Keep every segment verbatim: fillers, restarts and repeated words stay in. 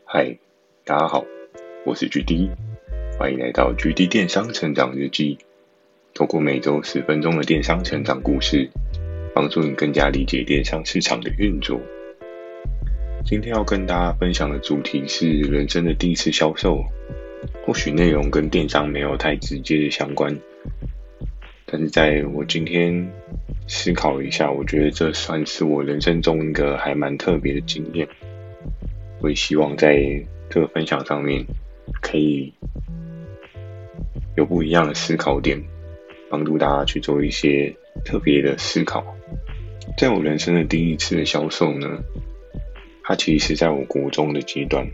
嗨，大家好，我是 G D， 欢迎来到 G D 电商成长日记。透过每周十分钟的电商成长故事，帮助你更加理解电商市场的运作。今天要跟大家分享的主题是人生的第一次销售，或许内容跟电商没有太直接的相关，但是在我今天思考一下，我觉得这算是我人生中一个还蛮特别的经验。我也希望在这个分享上面可以有不一样的思考点，帮助大家去做一些特别的思考。在我人生的第一次的销售呢，它其实是在我国中的阶段。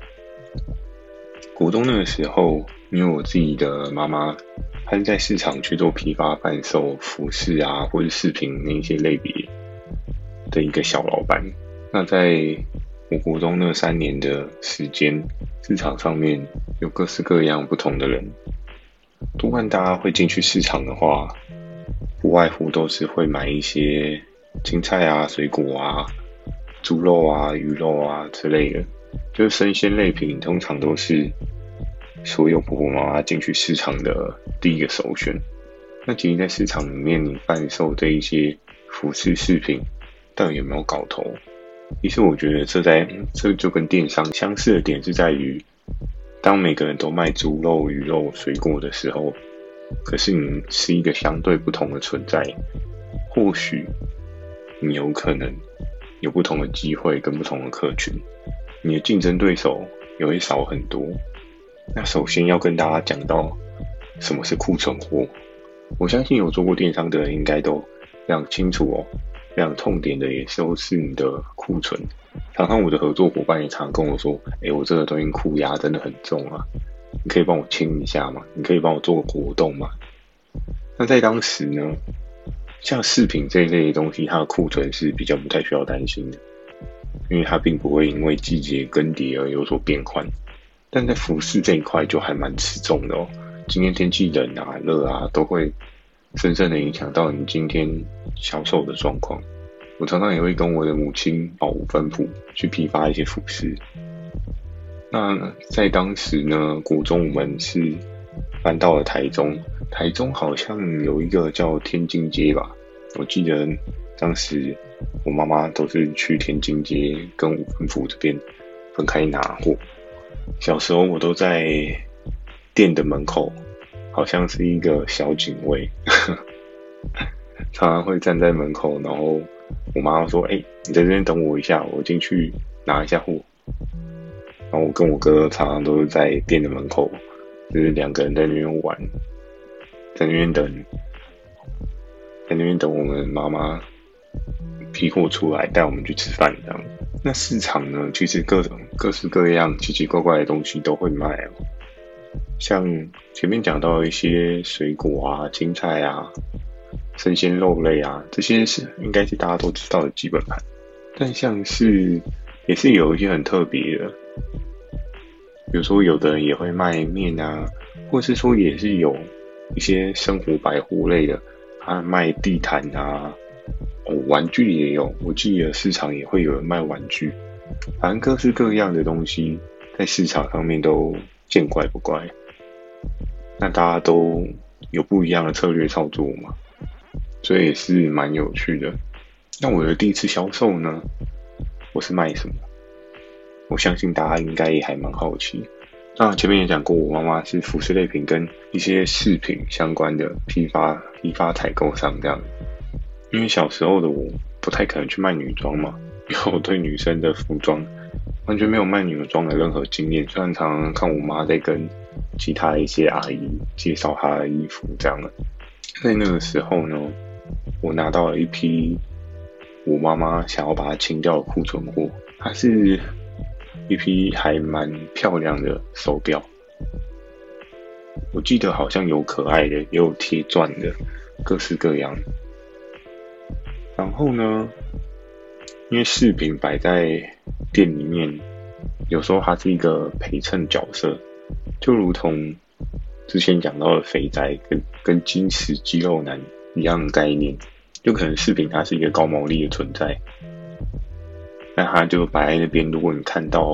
国中那个时候，因为我自己的妈妈，她是在市场去做批发贩售服饰啊，或是饰品那些类别的一个小老板。那在我国中那三年的时间，市场上面有各式各样不同的人，多半大家会进去市场的话，不外乎都是会买一些青菜啊、水果啊、猪肉啊、鱼肉啊之类的，就是生鲜类品，通常都是所有婆婆妈妈进去市场的第一个首选。那其实在市场里面，你贩售这一些服饰饰品，到底有没有搞头？其实我觉得这在这就跟电商相似的点是在于，当每个人都卖猪肉、鱼肉、水果的时候，可是你是一个相对不同的存在，或许你有可能有不同的机会跟不同的客群，你的竞争对手也会少很多。那首先要跟大家讲到什么是库存货，我相信有做过电商的人应该都非常清楚哦。非常痛点的也都是你的库存。常常我的合作伙伴也常跟我说，诶，我这个东西库压真的很重啊，你可以帮我清一下吗？你可以帮我做个活动吗？那在当时呢，像饰品这一类的东西，它的库存是比较不太需要担心的，因为它并不会因为季节更迭而有所变换。但在服饰这一块就还蛮吃重的哦，今天天气冷啊、热啊，都会深深的影响到你今天销售的状况。我常常也会跟我的母亲保五分谱去批发一些服饰。那在当时呢，国中我们是搬到了台中，台中好像有一个叫天津街吧，我记得当时我妈妈都是去天津街跟五分谱这边分开拿货。小时候我都在店的门口，好像是一个小警卫，常常会站在门口，然后我妈说：“哎、欸，你在这边等我一下，我进去拿一下货。”然后我跟我哥常常都是在店的门口，就是两个人在那边玩，在那边等，在那边等我们妈妈批货出来，带我们去吃饭这样。那市场呢，其实各种各式各样奇奇怪怪的东西都会卖哦。像前面讲到一些水果啊、青菜啊、生鲜肉类啊，这些是应该是大家都知道的基本盘。但像是也是有一些很特别的，比如说有的人也会卖面啊，或是说也是有一些生活百货类的，他卖地毯啊，哦，玩具也有，我记得市场也会有人卖玩具，反正各式各样的东西在市场上面都见怪不怪。那大家都有不一样的策略操作嘛，所以也是蛮有趣的。那我的第一次销售呢，我是卖什么？我相信大家应该也还蛮好奇。那前面也讲过，我妈妈是服饰类品跟一些饰品相关的批发、批发采购商这样。因为小时候的我不太可能去卖女装嘛，因为我对女生的服装完全没有卖女装的任何经验，虽然常常看我妈在跟其他的一些阿姨介绍她的衣服这样的。在那个时候呢，我拿到了一批我妈妈想要把它清掉的库存货，它是一批还蛮漂亮的手表，我记得好像有可爱的，也有贴钻的，各式各样。然后呢，因为饰品摆在店里面，有时候它是一个陪衬角色，就如同之前讲到的肥宅跟跟金石肌肉男一样的概念，就可能饰品它是一个高毛利的存在，那它就摆在那边，如果你看到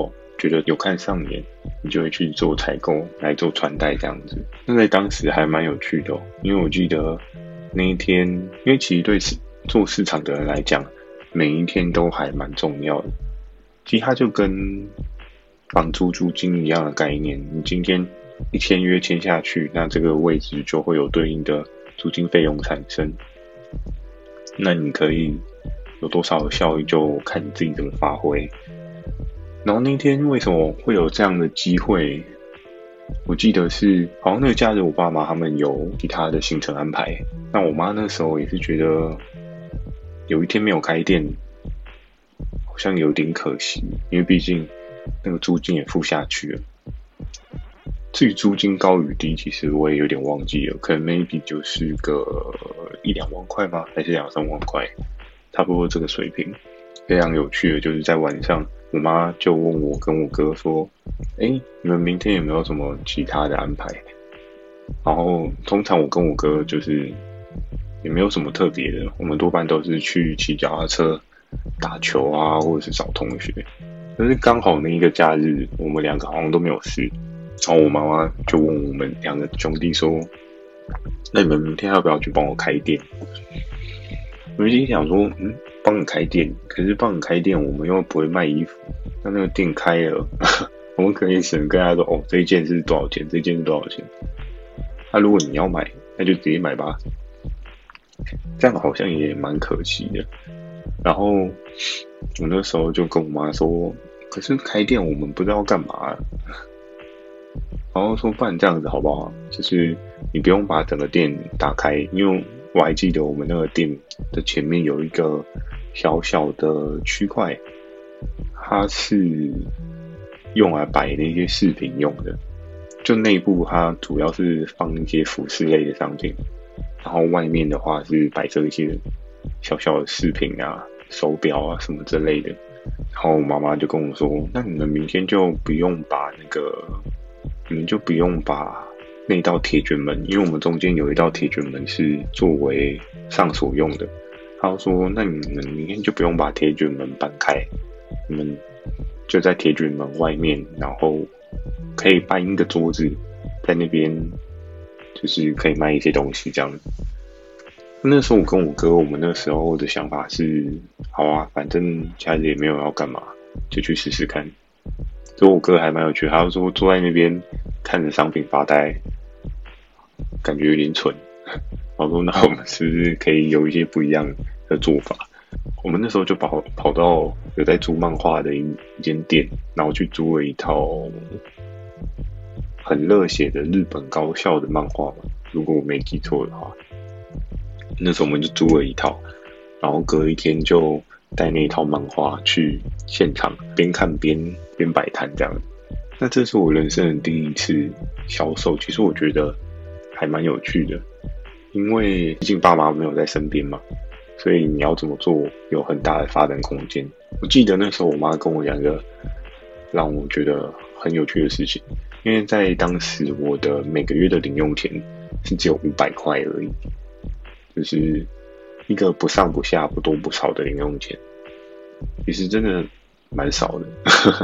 觉得有看上眼，你就会去做采购来做穿戴这样子。那在当时还蛮有趣的哦，因为我记得那一天，因为其实对做市场的人来讲，每一天都还蛮重要的。其实它就跟房租租金一样的概念，你今天一签约签下去，那这个位置就会有对应的租金费用产生。那你可以有多少的效益，就看你自己怎么发挥。然后那天为什么会有这样的机会？我记得是好像那个假日，我爸妈他们有其他的行程安排。那我妈那时候也是觉得有一天没有开店，好像有点可惜，因为毕竟那个租金也付下去了。至于租金高与低，其实我也有点忘记了，可能 maybe 就是个一两万块吗？还是两三万块？差不多这个水平。非常有趣的就是在晚上，我妈就问我跟我哥说：“哎，你们明天有没有什么其他的安排？”然后通常我跟我哥就是也没有什么特别的，我们多半都是去骑脚踏车、打球啊，或者是找同学。但是刚好那一个假日，我们两个好像都没有事。然后我妈妈就问我们两个兄弟说：“那你们明天要不要去帮我开店？”我就心想说：“嗯，帮你开店，可是帮你开店，我们又不会卖衣服，那那个店开了，我们可以只能跟他说：‘哦，这一件是多少钱？这一件是多少钱？’那、啊、如果你要买，那就直接买吧。这样好像也蛮可惜的。然后我那时候就跟我妈说：‘可是开店我们不知道干嘛。’然后说不然这样子好不好？就是你不用把整个店打开，因为我还记得我们那个店的前面有一个小小的区块，它是用来摆那些饰品用的。就内部它主要是放一些服饰类的商品，然后外面的话是摆设一些小小的饰品啊、手表啊什么之类的。然后我妈妈就跟我说：“那你们明天就不用把那个。”你们就不用把那道铁卷门，因为我们中间有一道铁卷门是作为上锁用的。他说：“那你们明天就不用把铁卷门搬开，你们就在铁卷门外面，然后可以搬一个桌子在那边，就是可以卖一些东西这样。”那时候我跟我哥，我们那时候的想法是：好啊，反正家里也没有要干嘛，就去试试看。所以我哥还蛮有趣，他说坐在那边看着商品发呆，感觉有点蠢。然后说那我们是不是可以有一些不一样的做法？我们那时候就跑跑到有在租漫画的一一间店，然后去租了一套很热血的日本高校的漫画嘛，如果我没记错的话。那时候我们就租了一套，然后隔一天就带那一套漫画去现场边看边边摆摊这样。那这是我人生的第一次销售，其实我觉得还蛮有趣的，因为毕竟爸妈没有在身边嘛，所以你要怎么做有很大的发展空间。我记得那时候我妈跟我讲一个让我觉得很有趣的事情，因为在当时我的每个月的零用钱是只有五百块而已，就是一个不上不下不多不少的零用钱，其实真的蛮少的。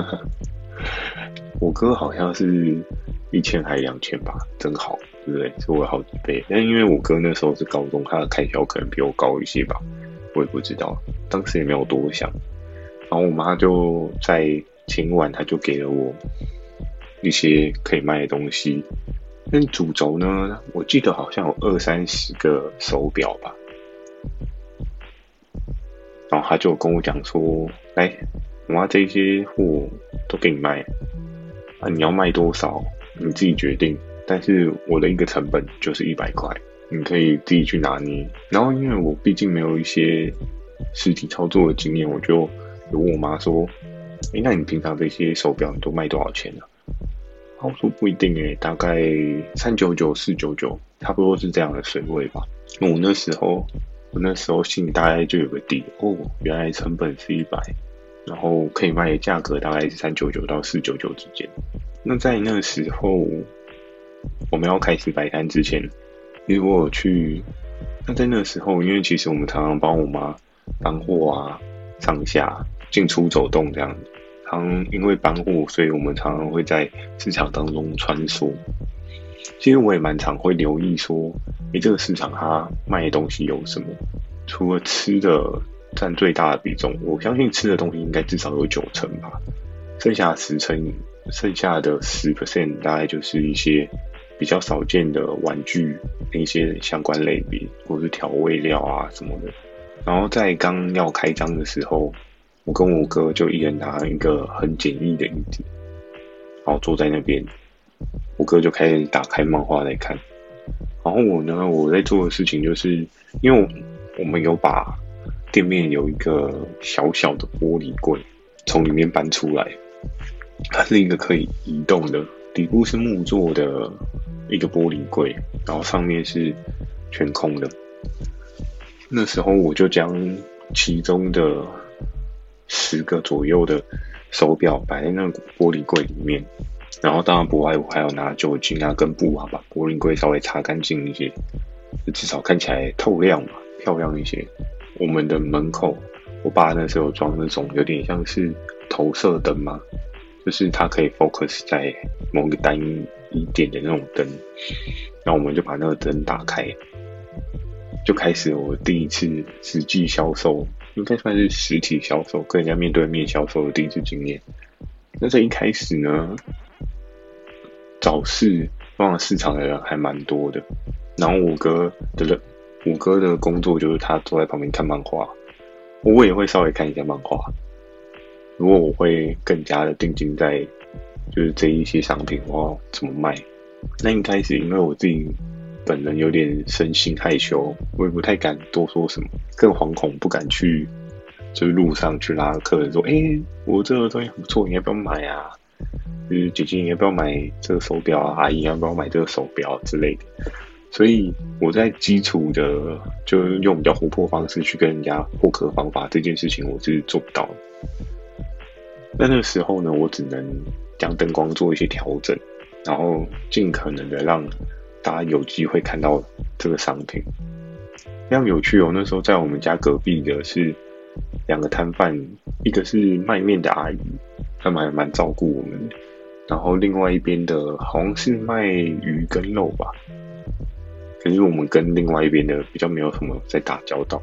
我哥好像是一千还两千吧，真好，对不对？是我好几倍。但因为我哥那时候是高中，他的开销可能比我高一些吧，我也不知道，当时也没有多想。然后我妈就在前一晚，她就给了我一些可以卖的东西。但主轴呢，我记得好像有二三十个手表吧。然后他就跟我讲说：“来，我妈这些货都给你卖，啊，你要卖多少你自己决定。但是我的一个成本就是一百块，你可以自己去拿捏。”然后因为我毕竟没有一些实体操作的经验，我就有问我妈说：“哎，那你平常这些手表你都卖多少钱呢？”然后我说不一定诶，大概三九九、四九九，差不多是这样的水位吧。因为我那时候。我那时候心里大概就有个底，哦，原来成本是一百，然后可以卖的价格大概是三九九到四九九之间。那在那个时候，我们要开始摆摊之前，其实我有去。那在那个时候，因为其实我们常常帮我妈搬货啊、上下、进出走动这样子， 常因为搬货，所以我们常常会在市场当中穿梭。其实我也蛮常会留意说，诶，这个市场它卖的东西有什么？除了吃的占最大的比重，我相信吃的东西应该至少有九成吧，剩下十成，剩下的十 percent 大概就是一些比较少见的玩具那些相关类别，或是调味料啊什么的。然后在刚要开张的时候，我跟我哥就一人拿一个很简易的椅子，然后坐在那边，我哥就开始打开漫画来看。然后我呢，我在做的事情就是，因为我们有把店面有一个小小的玻璃柜从里面搬出来，它是一个可以移动的，底部是木做的一个玻璃柜，然后上面是全空的。那时候我就将其中的十个左右的手表摆在那个玻璃柜里面，然后当然不外乎还要拿酒精啊跟布啊把玻璃柜稍微擦干净一些，至少看起来透亮嘛，漂亮一些。我们的门口，我爸那时候有装那种有点像是投射灯嘛，就是它可以 focus 在某个单一点的那种灯，然后我们就把那个灯打开，就开始我第一次实际销售，应该算是实体销售，跟人家面对面销售的第一次经验。那在一开始呢，早市放市场的人还蛮多的，然后我哥的人，我哥的工作就是他坐在旁边看漫画，我也会稍微看一下漫画。如果我会更加的定睛在就是这一些商品我要怎么卖。那一开始因为我自己本人有点生性害羞，我也不太敢多说什么，更惶恐不敢去就是路上去拉客人说，哎、欸，我这个东西很不错，你要不要买啊？就是姐姐你要不要买这个手表啊？阿姨要不要买这个手表之类的？所以我在基础的就用比较活泼方式去跟人家获客方法这件事情我是做不到的。那那个时候呢，我只能将灯光做一些调整，然后尽可能的让大家有机会看到这个商品。非常有趣哦，那时候在我们家隔壁的是两个摊贩，一个是卖面的阿姨，他们还蛮照顾我们的，然后另外一边的好像是卖鱼跟肉吧，可是我们跟另外一边的比较没有什么在打交道。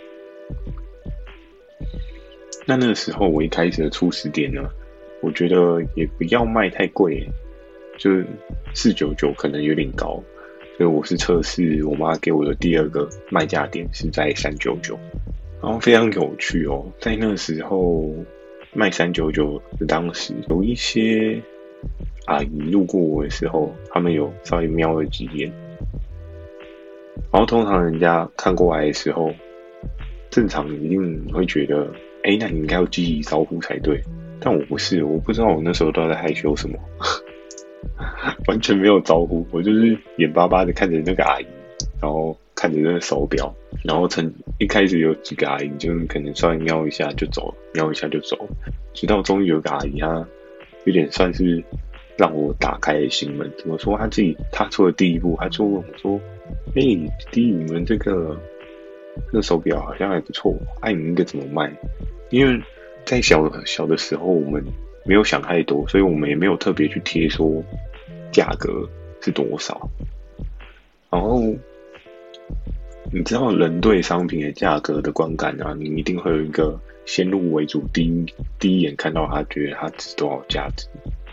那那个时候我一开始的初始点呢，我觉得也不要卖太贵，就是四九九可能有点高，所以我是测试我妈给我的第二个卖价点是在三九九，然后非常有趣哦，在那个时候卖三九九的当时，有一些阿姨路过我的时候，他们有稍微瞄了几眼，然后通常人家看过来的时候，正常一定会觉得，哎，那你应该要积极招呼才对。但我不是，我不知道我那时候到底在害羞什么，完全没有招呼，我就是眼巴巴的看着那个阿姨，然后看着那个手表，然后曾一开始有几个阿姨就是可能稍微瞄一下就走，瞄一下就走，直到终于有个阿姨，她有点算是让我打开了心门。怎么说？她自己踏出了第一步，她就问我说：“哎、欸，弟，你们这个这个手表好像还不错，哎、啊，你们应该怎么卖？”因为在小小的时候，我们没有想太多，所以我们也没有特别去贴说价格是多少。然后你知道，人对商品的价格的观感啊，你一定会有一个先入为主，第一第一眼看到它，觉得它值多少价值。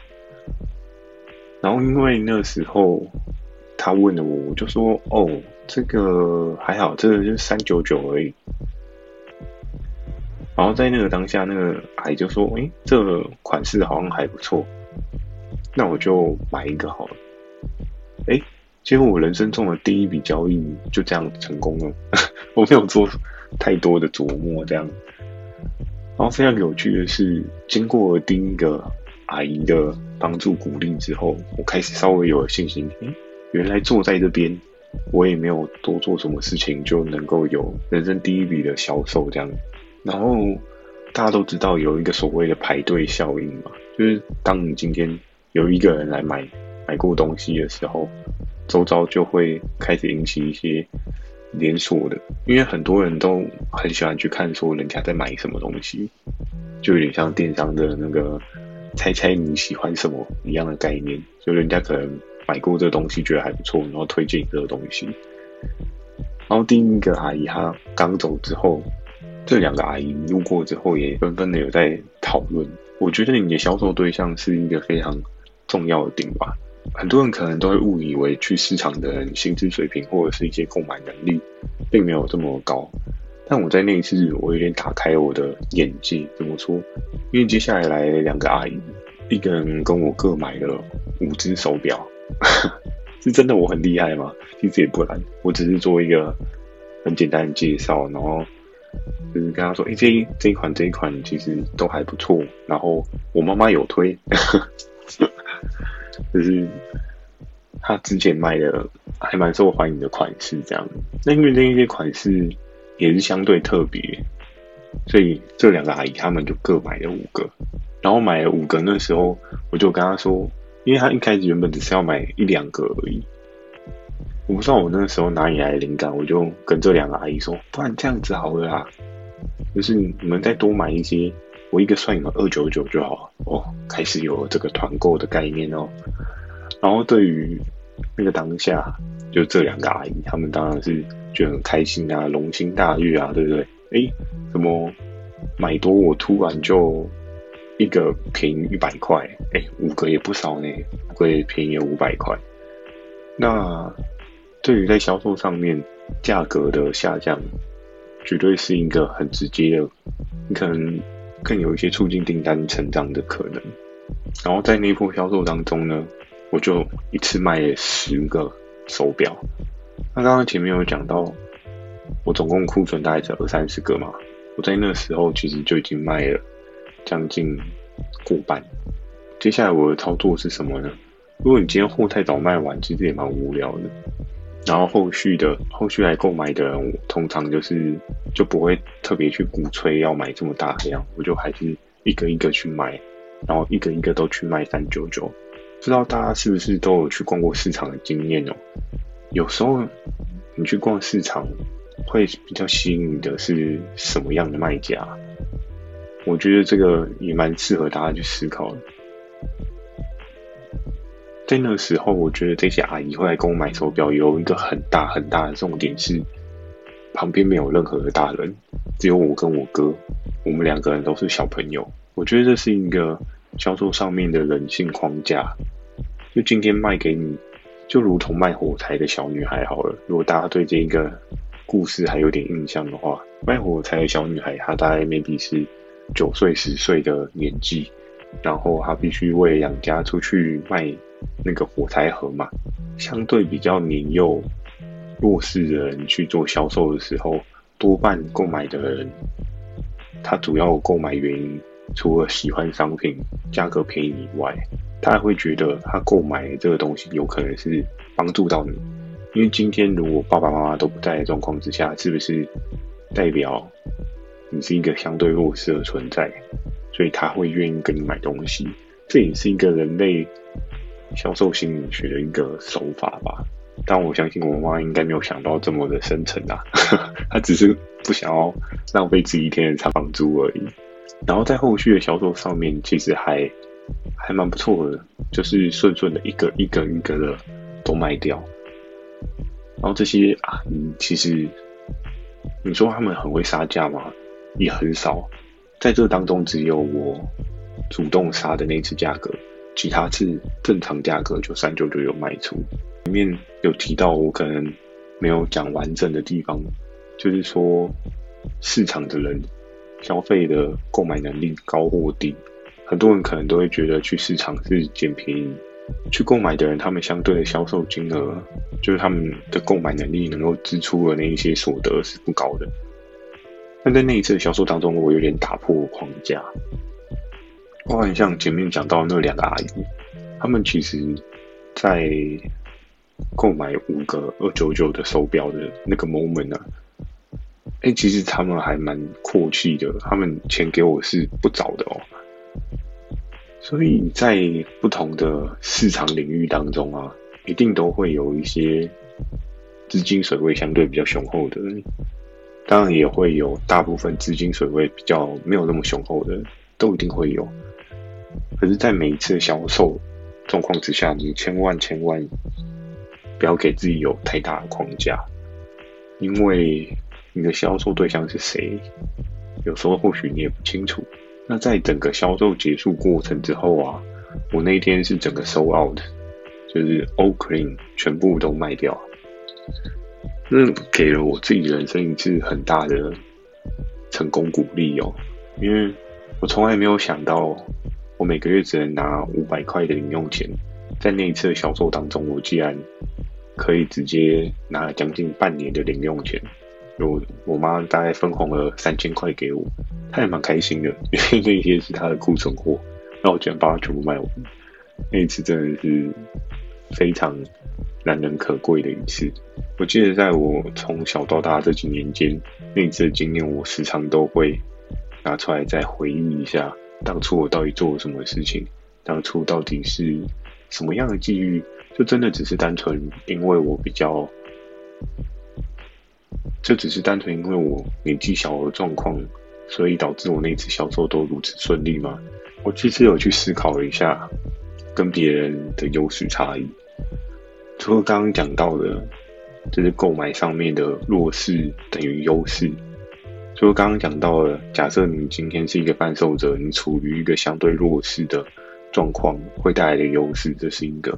然后因为那时候他问了我，我就说：“哦，这个还好，这个就是三九九而已。”然后在那个当下，那个阿姨就说：“诶，这个款式好像还不错，那我就买一个好了。”诶，结果我人生中的第一笔交易就这样成功了，我没有做太多的琢磨，这样。然后非常有趣的是，经过第一个阿姨的帮助鼓励之后，我开始稍微有了信心。诶，原来坐在这边，我也没有多做什么事情，就能够有人生第一笔的销售这样。然后大家都知道有一个所谓的排队效应嘛，就是当你今天有一个人来买买过东西的时候，周遭就会开始引起一些连锁的，因为很多人都很喜欢去看说人家在买什么东西， 就有点像电商的那个猜猜你喜欢什么一样的概念，就人家可能买过这个东西觉得还不错，然后推荐这个东西。然后第一个阿姨她刚走之后，这两个阿姨路过之后也纷纷的有在讨论。我觉得你的销售对象是一个非常重要的点吧。很多人可能都会误以为去市场的人薪资水平或者是一些购买能力并没有这么高，但我在那一次我有点打开我的眼界。怎么说？因为接下来来了两个阿姨，一个人跟我各买了五只手表，是真的我很厉害吗？其实也不然，我只是做一个很简单的介绍，然后就是跟他说，哎、欸，这一这一款这一款其实都还不错，然后我妈妈有推，就是他之前卖的还蛮受欢迎的款式，这样。那因为那些款式也是相对特别，所以这两个阿姨他们就各买了五个，然后买了五个，那时候我就跟他说，因为他一开始原本只是要买一两个而已。我不知道我那时候哪里来的灵感，我就跟这两个阿姨说，不然这样子好了啦，就是你们再多买一些，我一个算你们二九九就好哦。开始有这个团购的概念哦。然后对于那个当下，就这两个阿姨，他们当然是觉得很开心啊，龙心大悦啊，对不对？哎，怎么买多我突然就一个便宜一百块，哎，五个也不少呢，五个也便宜了五百块。那对于在销售上面价格的下降，绝对是一个很直接的，你可能更有一些促进订单成长的可能。然后在那一波销售当中呢，我就一次卖了十个手表。那刚刚前面有讲到，我总共库存大概是二三十个嘛，我在那时候其实就已经卖了将近过半。接下来我的操作是什么呢？如果你今天货太早卖完，其实也蛮无聊的。然后后续的后续来购买的人，我通常就是就不会特别去鼓吹要买这么大量，我就还是一个一个去买，然后一个一个都去卖三九九。不知道大家是不是都有去逛过市场的经验哦？有时候你去逛市场，会比较吸引你的是什么样的卖家？我觉得这个也蛮适合大家去思考的。在那个时候，我觉得这些阿姨会来跟我买手表，有一个很大很大的重点是，旁边没有任何的大人，只有我跟我哥，我们两个人都是小朋友。我觉得这是一个销售上面的人性框架。就今天卖给你，就如同卖火柴的小女孩好了。如果大家对这一个故事还有点印象的话，卖火柴的小女孩，她大概 maybe 是九岁十岁的年纪，然后她必须为了养家出去卖那个火柴盒嘛。相对比较年幼弱势的人去做销售的时候，多半购买的人，他主要购买原因除了喜欢商品价格便宜以外，他还会觉得他购买这个东西有可能是帮助到你。因为今天如果爸爸妈妈都不在的状况之下，是不是代表你是一个相对弱势的存在，所以他会愿意跟你买东西。这也是一个人类销售心理学的一个手法吧。但我相信我妈应该没有想到这么的深层啊，她只是不想要浪费自己一天的房租而已。然后在后续的销售上面，其实还还蛮不错的，就是顺顺的一个一个一个的都卖掉。然后这些啊，你其实你说他们很会杀价吗？也很少。在这当中，只有我主动杀的那次价格，其他次正常价格就三九九有卖出。里面有提到我可能没有讲完整的地方，就是说市场的人消费的购买能力高或低，很多人可能都会觉得去市场是捡便宜，去购买的人他们相对的销售金额，就是他们的购买能力能够支出的那一些所得是不高的。但在那一次的销售当中，我有点打破框架，包含像前面讲到那两个阿姨，他们其实在购买五个二九九的手表的那个 moment 啊，哎、欸，其实他们还蛮阔气的，他们钱给我是不早的哦。所以在不同的市场领域当中啊，一定都会有一些资金水位相对比较雄厚的人，当然也会有大部分资金水位比较没有那么雄厚的人。 都一定会有。可是，在每一次销售状况之下，你千万千万不要给自己有太大的框架，因为你的销售对象是谁，有时候或许你也不清楚。那在整个销售结束过程之后啊，我那一天是整个 sold out， 就是 all clean， 全部都卖掉。这给了我自己人生一次很大的成功鼓励哦，因为我从来没有想到，我每个月只能拿五百块的零用钱，在那一次的销售当中，我竟然可以直接拿了将近半年的零用钱。我我妈大概分红了三千块给我，她也蛮开心的，因为那些是她的库存货，那我居然把它全部卖完。那一次真的是非常难能可贵的一次。我记得在我从小到大这几年间，那一次的经验，我时常都会拿出来再回忆一下，当初我到底做了什么事情，当初到底是什么样的际遇，就真的只是单纯因为我比较。这只是单纯因为我年纪小的状况，所以导致我那次销售都如此顺利吗？我其实有去思考了一下跟别人的优势差异。除了刚刚讲到的，就是购买上面的弱势等于优势。除了刚刚讲到的，假设你今天是一个贩售者，你处于一个相对弱势的状况，会带来的优势，这是一个。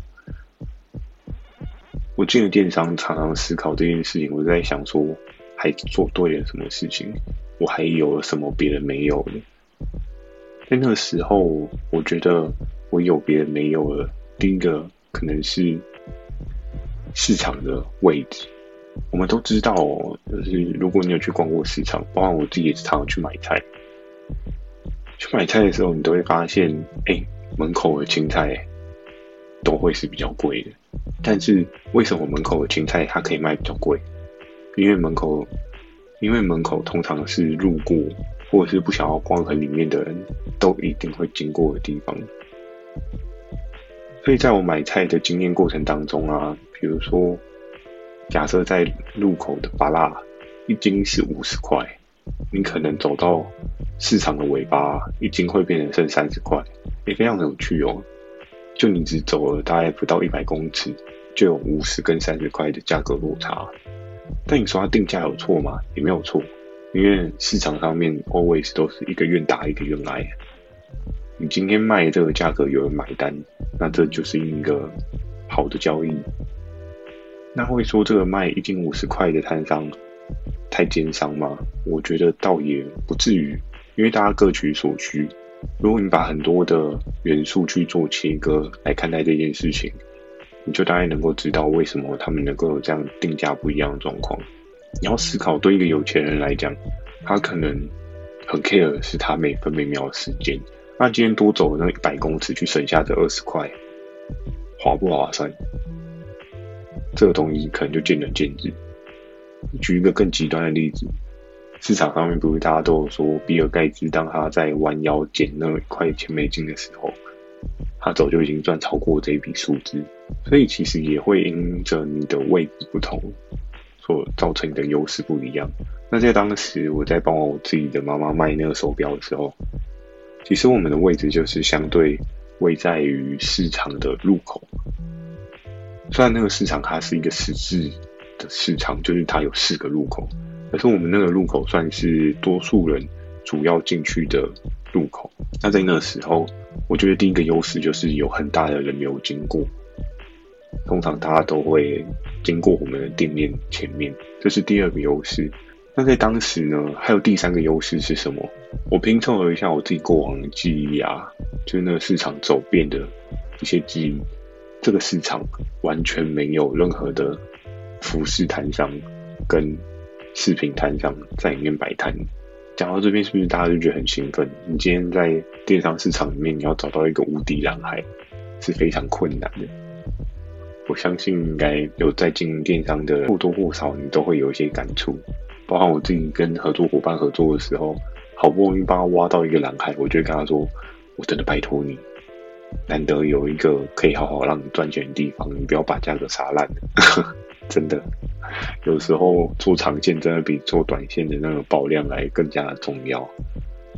我进了电商，常常思考这件事情，我在想说，还做对了什么事情？我还有了什么别人没有的？在那个时候，我觉得我有别人没有了。第一个可能是市场的位置。我们都知道哦，就是如果你有去逛过市场，包括我自己也常常去买菜。去买菜的时候，你都会发现，哎，门口的青菜都会是比较贵的。但是为什么门口的青菜它可以卖比较贵？因为门口，因为门口通常是路过或者是不想要逛很里面的人都一定会经过的地方。所以在我买菜的经验过程当中啊，比如说，假设在路口的芭乐一斤是五十块，你可能走到市场的尾巴，一斤会变成剩三十块，也非常有趣哦。就你只走了大概不到一百公尺，就有五十跟三十块的价格落差。但你说它定价有错吗？也没有错，因为市场上面 always 都是一个愿打一个愿挨。你今天卖这个价格有人买单，那这就是一个好的交易。那会说这个卖一斤五十块的摊商太奸商吗？我觉得倒也不至于，因为大家各取所需。如果你把很多的元素去做切割来看待这件事情，你就大概能够知道为什么他们能够有这样定价不一样的状况。你要思考，对一个有钱人来讲，他可能很 care 的是他每分每秒的时间。那今天多走那一百公尺去省下这二十块，划不划算？这个东西可能就见仁见智。举一个更极端的例子，市场上面不是大家都有说，比尔盖茨当他在弯腰捡那一块钱美金的时候，他早就已经赚超过这一笔数字。所以其实也会因着你的位置不同，所造成你的优势不一样。那在当时我在帮我自己的妈妈卖那个手表的时候，其实我们的位置就是相对位在于市场的入口。虽然那个市场它是一个十字的市场，就是它有四个入口，但是我们那个入口算是多数人主要进去的入口。那在那个时候，我觉得第一个优势就是有很大的人流经过，通常大家都会经过我们的店面前面，这是第二个优势。那在当时呢，还有第三个优势是什么？我拼凑了一下我自己过往的记忆啊，就是那个市场走遍的一些记忆。这个市场完全没有任何的服饰摊商跟饰品摊商在里面摆摊。讲到这边，是不是大家就觉得很兴奋？你今天在电商市场里面，你要找到一个无敌蓝海是非常困难的。我相信应该有在经营电商的或多或少，你都会有一些感触。包括我自己跟合作伙伴合作的时候，好不容易帮他挖到一个蓝海，我就会跟他说：“我真的拜托你，难得有一个可以好好让你赚钱的地方，你不要把价格杀烂了。”真的，有时候做长线真的比做短线的那个爆量来更加的重要。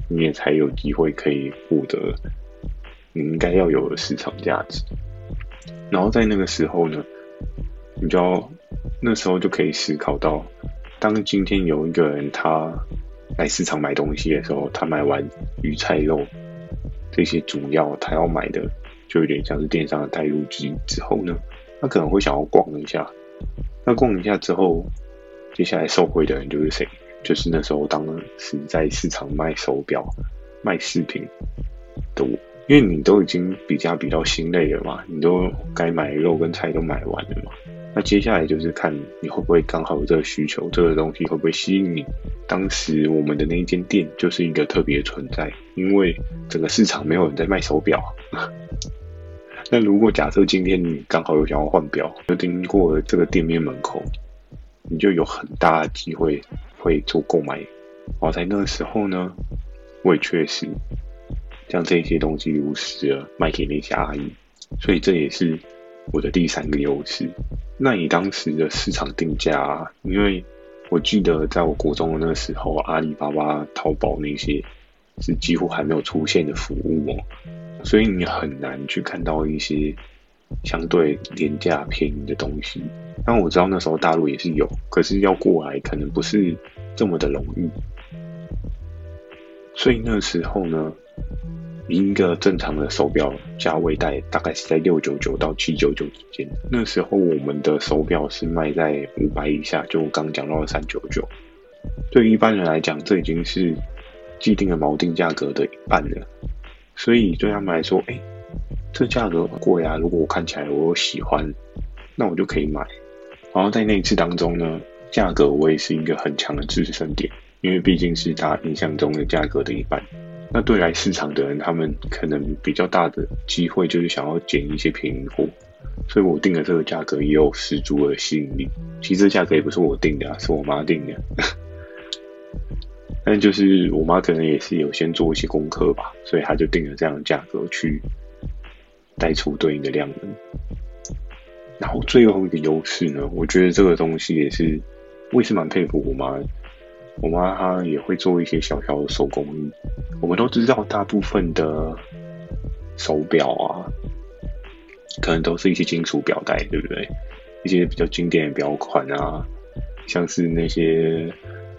你也才有机会可以获得你应该要有的市场价值。然后在那个时候呢，你就要那时候就可以思考到，当今天有一个人他来市场买东西的时候，他买完鱼菜肉这些主要他要买的，就有点像是电商的带入机之后呢，他可能会想要逛一下。那逛一下之后，接下来受惠的人就是谁？就是那时候当时在市场卖手表、卖饰品的我。因为你都已经比价比较心累了嘛，你都该买的肉跟菜都买完了嘛，那接下来就是看你会不会刚好有这个需求，这个东西会不会吸引你。当时我们的那一间店就是一个特别存在，因为整个市场没有人在卖手表。那如果假设今天你刚好有想要换表，就经过了这个店面门口，你就有很大的机会会做购买。然后在那个时候呢，我也确实将这些东西如实的卖给那些阿姨，所以这也是我的第三个优势。那以当时的市场定价啊，因为我记得在我国中的那个时候，阿里巴巴、淘宝那些是几乎还没有出现的服务哦，所以你很难去看到一些相对廉价便宜的东西。但我知道那时候大陆也是有，可是要过来可能不是这么的容易。所以那时候呢，一个正常的手表价位带大概是在六百九十九到七百九十九之间。那时候我们的手表是卖在五百以下，就我刚讲到的三百九十九。对于一般人来讲，这已经是既定的锚定价格的一半了。所以对他们来说，哎，这价格很贵啊，如果我看起来我有喜欢，那我就可以买。然后在那一次当中呢，价格我也是一个很强的支撑点，因为毕竟是大家印象中的价格的一半。那对来市场的人，他们可能比较大的机会就是想要捡一些便宜货，所以我定的这个价格也有十足的吸引力。其实这价格也不是我定的啊，是我妈定的。但就是我妈可能也是有先做一些功课吧，所以她就定了这样的价格去带出对应的量能。然后最后一个优势呢，我觉得这个东西也是，我也是蛮佩服我妈的。我妈她也会做一些小小的手工艺。我们都知道，大部分的手表啊，可能都是一些金属表带，对不对？一些比较经典的表款啊，像是那些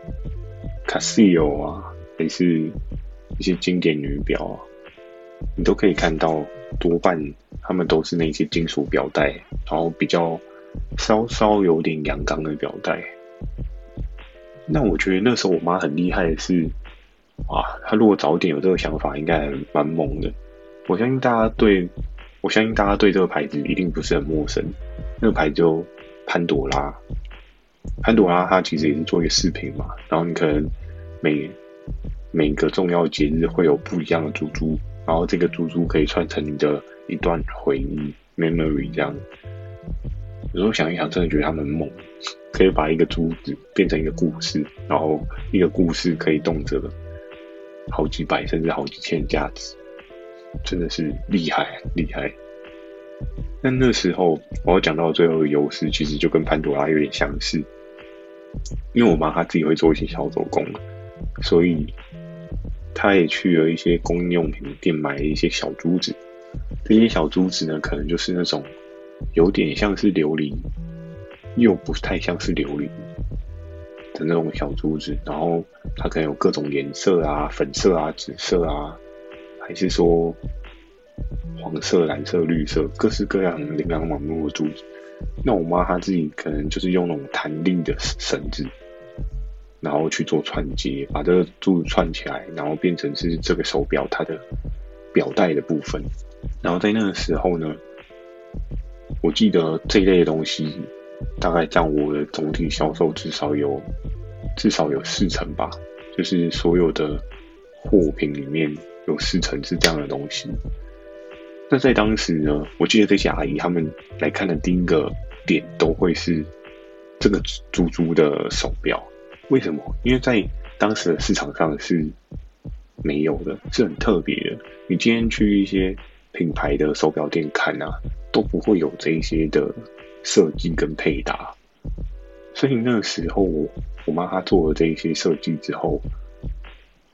Casio 啊，还是一些经典女表啊，你都可以看到，多半他们都是那些金属表带，然后比较稍稍有点阳刚的表带。那我觉得那时候我妈很厉害的是，哇，她如果早点有这个想法，应该还蛮猛的。我相信大家对，我相信大家对这个牌子一定不是很陌生。那个牌子就潘朵拉，潘朵拉它其实也是做一个饰品嘛，然后你可能每每个重要节日会有不一样的珠珠，然后这个珠珠可以串成你的一段回忆 memory 这样。有时候想一想，真的觉得他们很猛，可以把一个珠子变成一个故事，然后一个故事可以动辄好几百甚至好几千价值，真的是厉害厉害。但那时候我要讲到最后的优势，其实就跟潘朵拉有点相似，因为我妈她自己会做一些小手工，所以她也去了一些公用用品店买了一些小珠子。这些小珠子呢，可能就是那种有点像是琉璃，又不太像是琉璃的那种小珠子，然后它可能有各种颜色啊，粉色啊、紫色啊，还是说黄色、蓝色、绿色，各式各样琳琅满目的珠子。那我妈她自己可能就是用那种弹力的绳子，然后去做串接，把这个珠子串起来，然后变成是这个手表它的表带的部分。然后在那个时候呢，我记得这一类的东西大概占我的总体销售至少有至少有四成吧，就是所有的货品里面有四成是这样的东西。那在当时呢，我记得这些阿姨他们来看的第一个点都会是这个珠珠的手表。为什么？因为在当时的市场上是没有的，是很特别的。你今天去一些品牌的手表店看啊，都不会有这一些的设计跟配搭。所以那个时候我我妈她做了这一些设计之后，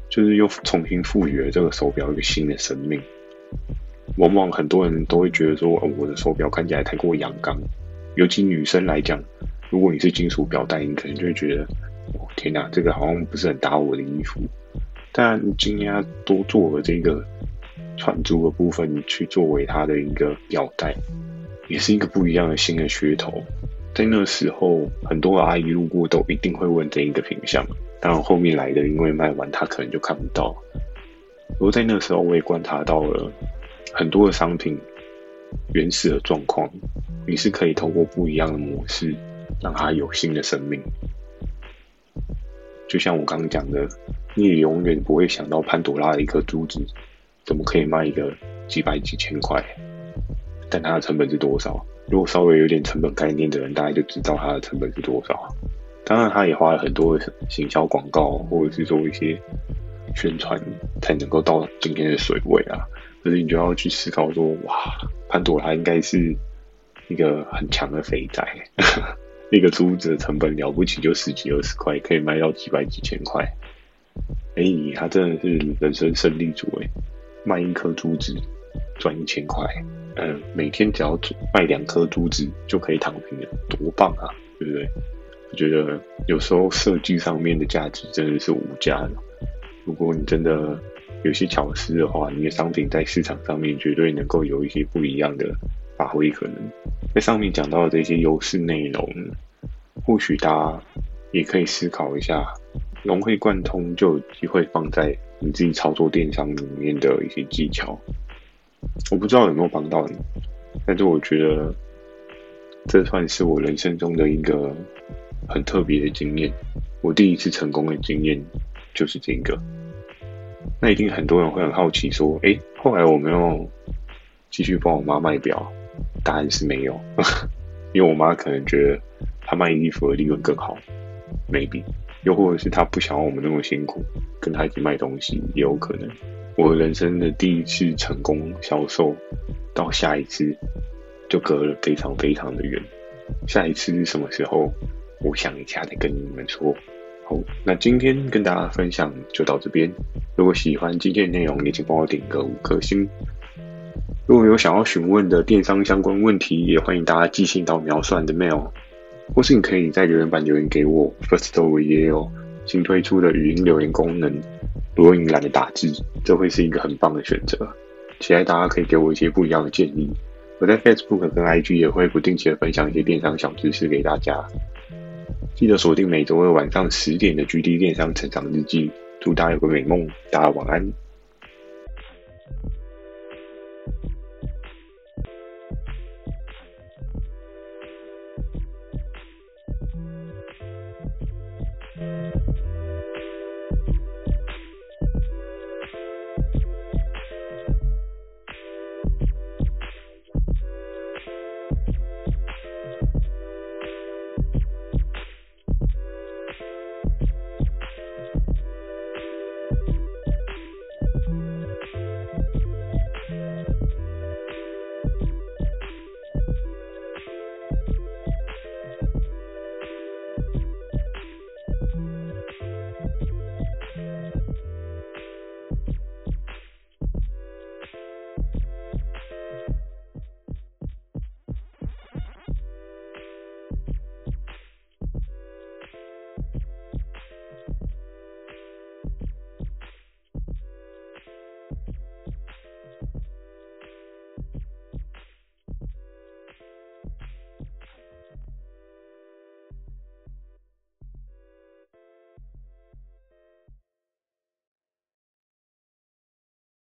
就是又重新赋予了这个手表一个新的生命。往往很多人都会觉得说，哦，我的手表看起来太过阳刚，尤其女生来讲，如果你是金属表带，你可能就会觉得，哦，天哪，这个好像不是很搭我的衣服。但今天它多做了这个串珠的部分，去作为它的一个表带，也是一个不一样的新的噱头。在那时候，很多阿姨路过都一定会问这一个品项，当然后面来的因为卖完，她可能就看不到。而在那时候，我也观察到了很多的商品原始的状况，你是可以透过不一样的模式，让它有新的生命。就像我刚刚讲的，你也永远不会想到潘朵拉的一颗珠子怎么可以卖一个几百几千块，但它的成本是多少？如果稍微有点成本概念的人，大概就知道它的成本是多少。当然，他也花了很多的行销广告，或者是做一些宣传，才能够到今天的水位啊。可是你就要去思考说，哇，潘朵拉应该是一个很强的肥宅，一个珠子的成本了不起就十几二十块，可以卖到几百几千块。哎、欸，他真的是人生胜利组哎，卖一颗珠子赚一千块，呃，每天只要卖两颗珠子就可以躺平了，多棒啊，对不对？我觉得有时候设计上面的价值真的是无价的。如果你真的有些巧思的话，你的商品在市场上面绝对能够有一些不一样的发挥可能。在上面讲到的这些优势内容，或许大家也可以思考一下，融会贯通就有机会放在你自己操作电商里面的一些技巧。我不知道有没有帮到你，但是我觉得这算是我人生中的一个很特别的经验。我第一次成功的经验就是这个。那一定很多人会很好奇说，诶，后来我没有继续帮我妈卖表？答案是没有，因为我妈可能觉得她卖衣服的利润更好 ，maybe， 又或者是她不想要我们那么辛苦，跟她一起卖东西也有可能。我人生的第一次成功销售到下一次就隔了非常非常的远，下一次是什么时候？我想一下再跟你们说。好，那今天跟大家分享就到这边。如果喜欢今天的内容，也请帮我点个五颗星。如果有想要询问的电商相关问题，也欢迎大家寄信到描述栏的 mail， 或是你可以在留言板留言给我。Firstory 也有新推出的语音留言功能，如果你懒得打字，这会是一个很棒的选择。期待大家可以给我一些不一样的建议。我在 Facebook 跟 I G 也会不定期的分享一些电商小知识给大家。记得锁定每周二晚上十点的 G D 电商成长日记，祝大家有个美梦，大家晚安。